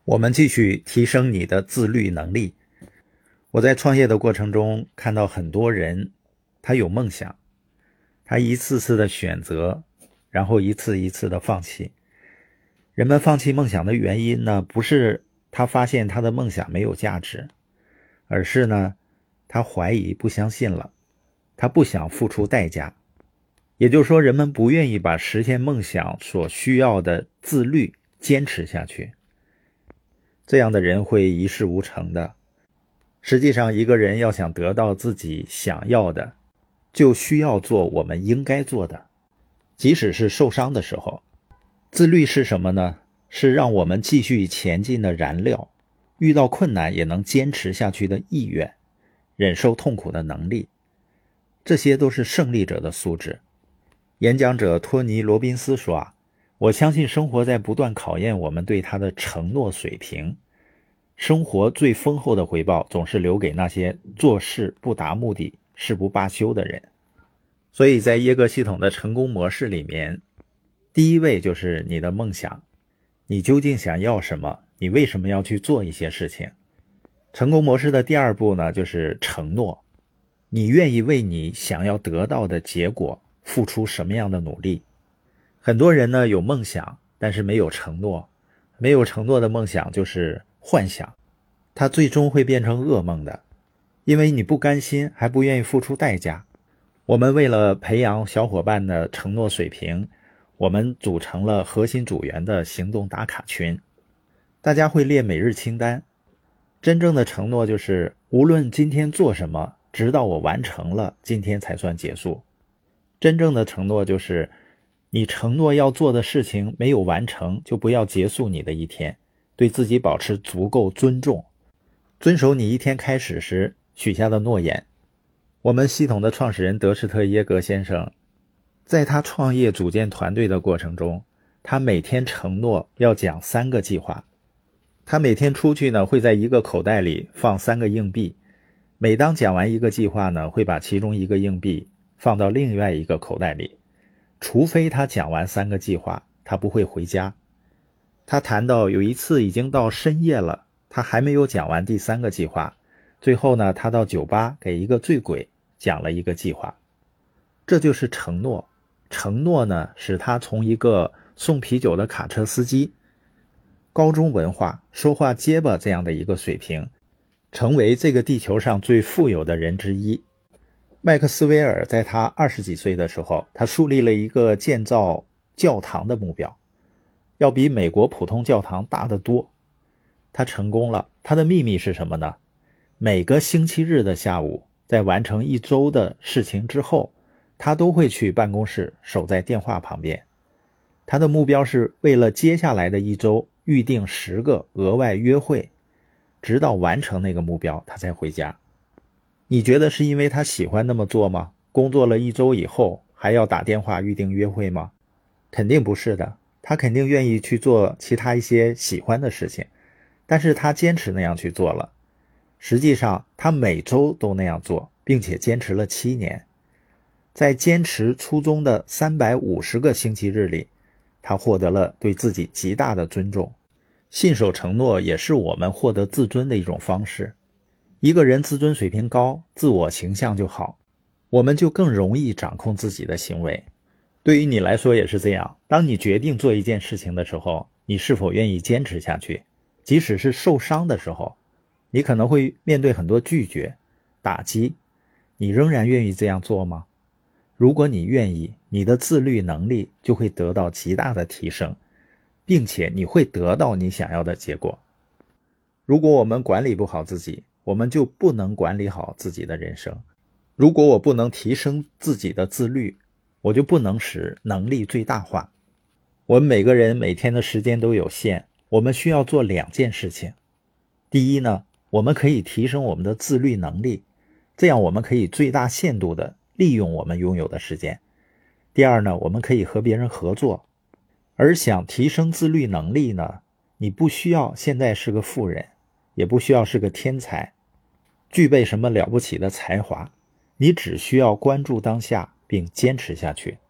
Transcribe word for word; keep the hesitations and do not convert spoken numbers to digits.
我们继续提升你的自律能力。我在创业的过程中看到很多人，他有梦想，他一次次的选择，然后一次一次的放弃。人们放弃梦想的原因呢，不是他发现他的梦想没有价值，而是呢，他怀疑不相信了，他不想付出代价。也就是说，人们不愿意把实现梦想所需要的自律坚持下去。这样的人会一事无成的。实际上，一个人要想得到自己想要的，就需要做我们应该做的，即使是受伤的时候。自律是什么呢？是让我们继续前进的燃料，遇到困难也能坚持下去的意愿，忍受痛苦的能力。这些都是胜利者的素质。演讲者托尼·罗宾斯说啊，我相信生活在不断考验我们对他的承诺水平。生活最丰厚的回报总是留给那些做事不达目的誓不罢休的人。所以在耶格系统的成功模式里面，第一位就是你的梦想。你究竟想要什么？你为什么要去做一些事情？成功模式的第二步呢，就是承诺。你愿意为你想要得到的结果付出什么样的努力？很多人呢有梦想，但是没有承诺。没有承诺的梦想就是幻想，它最终会变成噩梦的，因为你不甘心，还不愿意付出代价。我们为了培养小伙伴的承诺水平，我们组成了核心组员的行动打卡群。大家会列每日清单。真正的承诺就是，无论今天做什么，直到我完成了，今天才算结束。真正的承诺就是，你承诺要做的事情没有完成，就不要结束你的一天，对自己保持足够尊重，遵守你一天开始时许下的诺言。我们系统的创始人德施特·耶格先生，在他创业组建团队的过程中，他每天承诺要讲三个计划。他每天出去呢，会在一个口袋里放三个硬币，每当讲完一个计划呢，会把其中一个硬币放到另外一个口袋里。除非他讲完三个计划，他不会回家。他谈到有一次已经到深夜了，他还没有讲完第三个计划。最后呢，他到酒吧给一个醉鬼讲了一个计划。这就是承诺。承诺呢，使他从一个送啤酒的卡车司机，高中文化，说话结巴这样的一个水平，成为这个地球上最富有的人之一。麦克斯韦尔在他二十几岁的时候，他树立了一个建造教堂的目标，要比美国普通教堂大得多。他成功了。他的秘密是什么呢？每个星期日的下午，在完成一周的事情之后，他都会去办公室守在电话旁边。他的目标是为了接下来的一周预定十个额外约会，直到完成那个目标他才回家。你觉得是因为他喜欢那么做吗？工作了一周以后还要打电话预定约会吗？肯定不是的。他肯定愿意去做其他一些喜欢的事情，但是他坚持那样去做了。实际上他每周都那样做，并且坚持了七年。在坚持初衷的三百五十个星期日里，他获得了对自己极大的尊重。信守承诺也是我们获得自尊的一种方式。一个人自尊水平高，自我形象就好，我们就更容易掌控自己的行为。对于你来说也是这样，当你决定做一件事情的时候，你是否愿意坚持下去？即使是受伤的时候，你可能会面对很多拒绝、打击，你仍然愿意这样做吗？如果你愿意，你的自律能力就会得到极大的提升，并且你会得到你想要的结果。如果我们管理不好自己，我们就不能管理好自己的人生。如果我不能提升自己的自律，我就不能使能力最大化。我们每个人每天的时间都有限，我们需要做两件事情。第一呢，我们可以提升我们的自律能力，这样我们可以最大限度地利用我们拥有的时间。第二呢，我们可以和别人合作。而想提升自律能力呢，你不需要现在是个富人，也不需要是个天才，具备什么了不起的才华，你只需要关注当下并坚持下去。